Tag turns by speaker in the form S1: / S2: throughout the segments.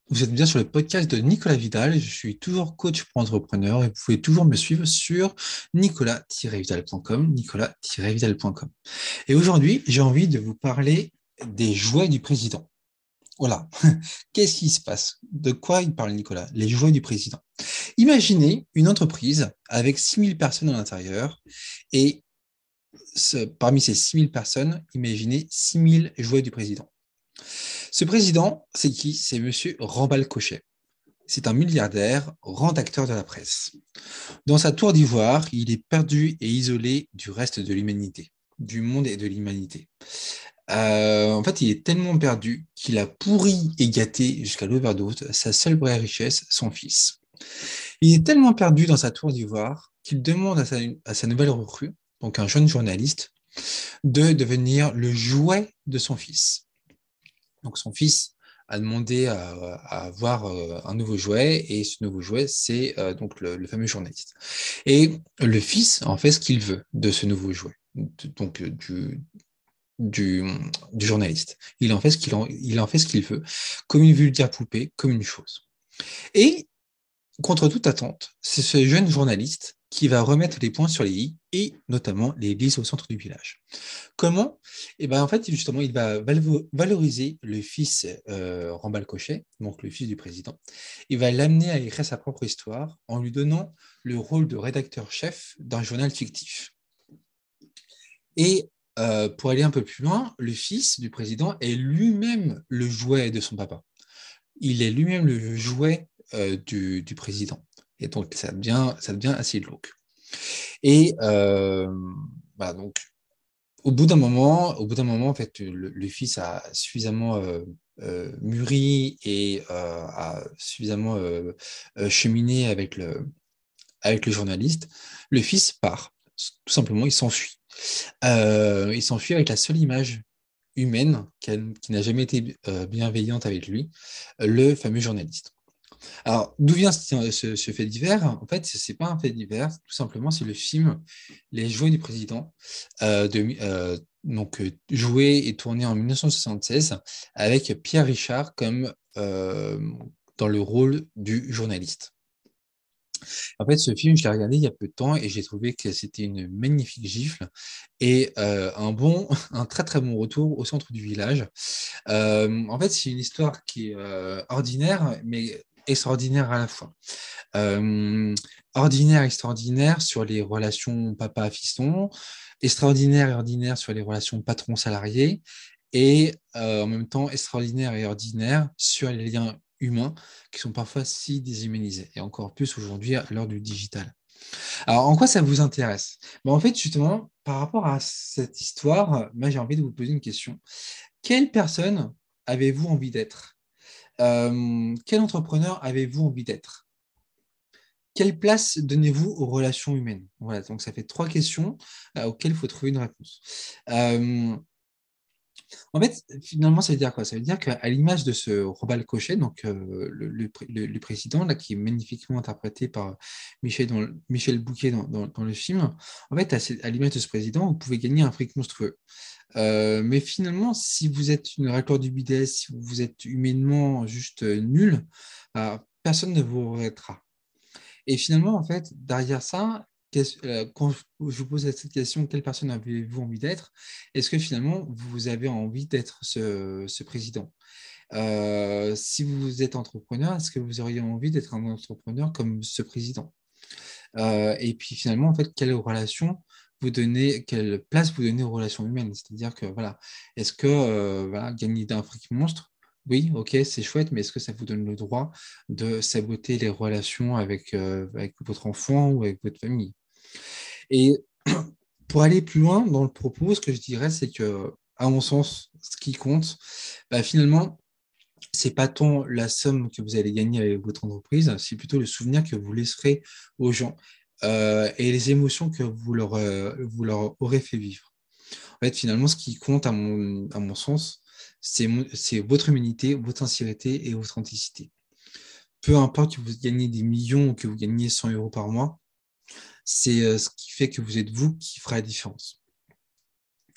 S1: Vous êtes bien sur le podcast de Nicolas Vidal. Je suis toujours coach pour entrepreneurs et vous pouvez toujours me suivre sur nicolas-vidal.com, nicolas-vidal.com. Et aujourd'hui, j'ai envie de vous parler des jouets du président. Voilà. Qu'est-ce qui se passe? De quoi il parle, Nicolas? Les jouets du président. Imaginez une entreprise avec 6000 personnes à l'intérieur et parmi ces 6000 personnes, imaginez 6000 jouets du président. Ce président, c'est qui? C'est monsieur Rambal-Cochet. C'est un milliardaire, grand acteur de la presse. Dans sa tour d'ivoire, il est perdu et isolé du reste de l'humanité, du monde et de l'humanité. En fait, il est tellement perdu qu'il a pourri et gâté jusqu'à l'overdose sa seule vraie richesse, son fils. Il est tellement perdu dans sa tour d'ivoire qu'il demande à sa nouvelle recrue, donc un jeune journaliste, de devenir le jouet de son fils. Donc son fils a demandé à avoir un nouveau jouet et ce nouveau jouet, c'est donc le fameux journaliste. Et le fils en fait ce qu'il veut de ce nouveau jouet, donc du, du journaliste. Il en fait ce qu'il veut, comme une vulgaire poupée, comme une chose. Et contre toute attente, c'est ce jeune journaliste qui va remettre les points sur les i et notamment l'église au centre du village. Comment? Eh ben, en fait, justement, il va valoriser le fils Rambal-Cochet, donc le fils du président. Il va l'amener à écrire sa propre histoire en lui donnant le rôle de rédacteur-chef d'un journal fictif. Et pour aller un peu plus loin, le fils du président est lui-même le jouet de son papa. Il est lui-même le jouet du président. Et donc, ça devient assez glauque. Et voilà, donc, au bout d'un moment, en fait, le fils a suffisamment mûri et a suffisamment cheminé avec le journaliste. Le fils part, tout simplement, il s'enfuit. Il s'enfuit avec la seule image humaine qui n'a jamais été bienveillante avec lui, le fameux journaliste. Alors, d'où vient ce fait divers? En fait, c'est pas un fait divers, tout simplement, c'est le film Les Jouets du Président, joué et tourné en 1976, avec Pierre Richard comme dans le rôle du journaliste. En fait, ce film, je l'ai regardé il y a peu de temps et j'ai trouvé que c'était une magnifique gifle et un très très bon retour au centre du village. En fait, c'est une histoire qui est ordinaire, mais extraordinaire à la fois. Euh, Ordinaire, extraordinaire sur les relations papa-fiston, extraordinaire et ordinaire sur les relations patron-salarié, et en même temps extraordinaire et ordinaire sur les liens humains qui sont parfois si déshumanisés, et encore plus aujourd'hui à l'heure du digital. Alors, en quoi ça vous intéresse? En fait, justement, par rapport à cette histoire, moi j'ai envie de vous poser une question. Quelle personne avez-vous envie d'être? Quel entrepreneur avez-vous envie d'être? Quelle place donnez-vous aux relations humaines? Voilà, donc ça fait trois questions auxquelles il faut trouver une réponse. Euh, En fait, finalement, ça veut dire quoi? Ça veut dire qu'à l'image de ce Robal Cochet, donc le président, là, qui est magnifiquement interprété par Michel Bouquet dans le film, en fait, à l'image de ce président, vous pouvez gagner un fric monstrueux. Mais finalement, si vous êtes une raclure du bidet, si vous êtes humainement juste nul, personne ne vous regrettera. Et finalement, en fait, derrière ça, quand je vous pose cette question, quelle personne avez-vous envie d'être? Est-ce que finalement, vous avez envie d'être ce président? Si vous êtes entrepreneur, est-ce que vous auriez envie d'être un entrepreneur comme ce président? Et puis finalement, en fait, quelle place vous donnez aux relations humaines? C'est-à-dire que voilà, est-ce que voilà, gagner d'un fric monstre, oui, ok, c'est chouette, mais est-ce que ça vous donne le droit de saboter les relations avec votre enfant ou avec votre famille? Et pour aller plus loin dans le propos, ce que je dirais, c'est que, à mon sens, ce qui compte, finalement, c'est pas tant la somme que vous allez gagner avec votre entreprise, c'est plutôt le souvenir que vous laisserez aux gens et les émotions que vous leur aurez fait vivre. En fait, finalement, ce qui compte, à mon sens, c'est votre humanité, votre sincérité et votre authenticité. Peu importe que vous gagnez des millions ou que vous gagnez 100 euros par mois, c'est ce qui fait que vous êtes vous qui fera la différence.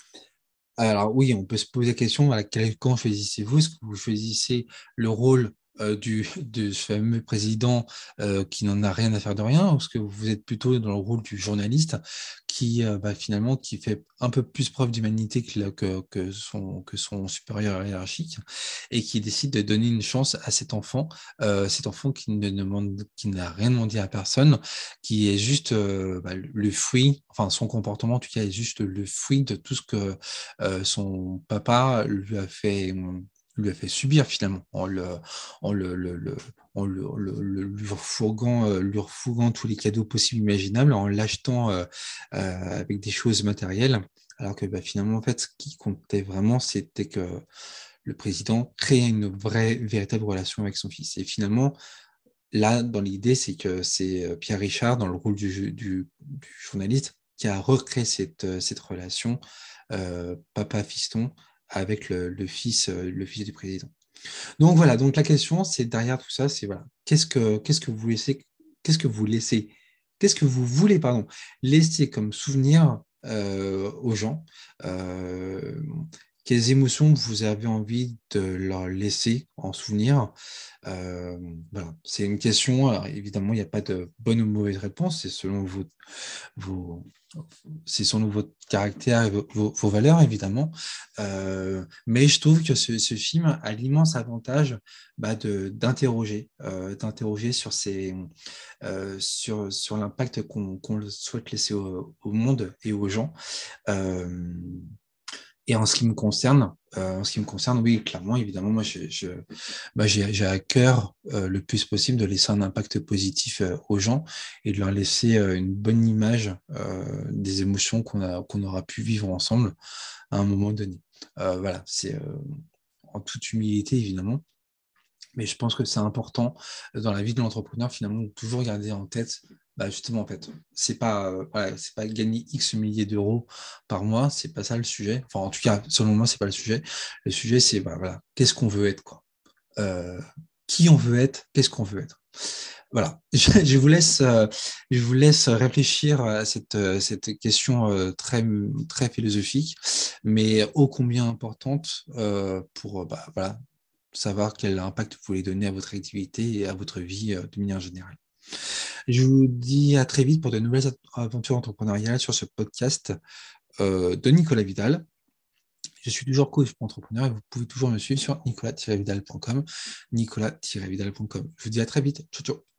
S1: Alors oui, on peut se poser la question, voilà, quand choisissez-vous? Est-ce que vous choisissez le rôle de ce fameux président qui n'en a rien à faire de rien, parce que vous êtes plutôt dans le rôle du journaliste qui finalement qui fait un peu plus preuve d'humanité que son supérieur hiérarchique et qui décide de donner une chance à cet enfant qui ne demande, qui n'a rien demandé à personne, qui est juste le fruit, enfin son comportement en tout cas est juste le fruit de tout ce que son papa lui a fait subir finalement en lui refourguant tous les cadeaux possibles imaginables, en l'achetant avec des choses matérielles, alors que finalement, en fait, ce qui comptait vraiment, c'était que le président crée une vraie, véritable relation avec son fils. Et finalement, là, dans l'idée, c'est que c'est Pierre Richard, dans le rôle du journaliste, qui a recréé cette relation papa-fiston avec le fils du président. Donc voilà, donc la question, c'est derrière tout ça, c'est voilà, qu'est-ce que vous laissez, qu'est-ce que vous laissez, qu'est-ce que vous voulez, pardon, laisser comme souvenir aux gens, euh, quelles émotions vous avez envie de leur laisser en souvenir. Euh, voilà, c'est une question. Alors évidemment, il n'y a pas de bonne ou mauvaise réponse, c'est selon vos, c'est selon votre caractère et vos valeurs, évidemment. Mais je trouve que ce film a l'immense avantage d'interroger sur, sur l'impact qu'on souhaite laisser au monde et aux gens. Euh, et en ce qui me concerne, oui, clairement, évidemment, moi, j'ai à cœur le plus possible de laisser un impact positif aux gens et de leur laisser une bonne image des émotions qu'on aura pu vivre ensemble à un moment donné. Voilà, c'est en toute humilité, évidemment. Mais je pense que c'est important dans la vie de l'entrepreneur, finalement, de toujours garder en tête, justement, en fait, c'est pas gagner X milliers d'euros par mois, c'est pas ça le sujet. Enfin, en tout cas, selon moi, c'est pas le sujet. Le sujet, c'est, voilà, qu'est-ce qu'on veut être, quoi. Euh, qui on veut être, qu'est-ce qu'on veut être. Voilà, je vous laisse réfléchir à cette question très philosophique, mais ô combien importante pour voilà, savoir quel impact vous voulez donner à votre activité et à votre vie de manière générale. Je vous dis à très vite pour de nouvelles aventures entrepreneuriales sur ce podcast de Nicolas Vidal. Je suis toujours coach pour entrepreneur et vous pouvez toujours me suivre sur nicolas-vidal.com, nicolas-vidal.com. Je vous dis à très vite. Ciao, ciao.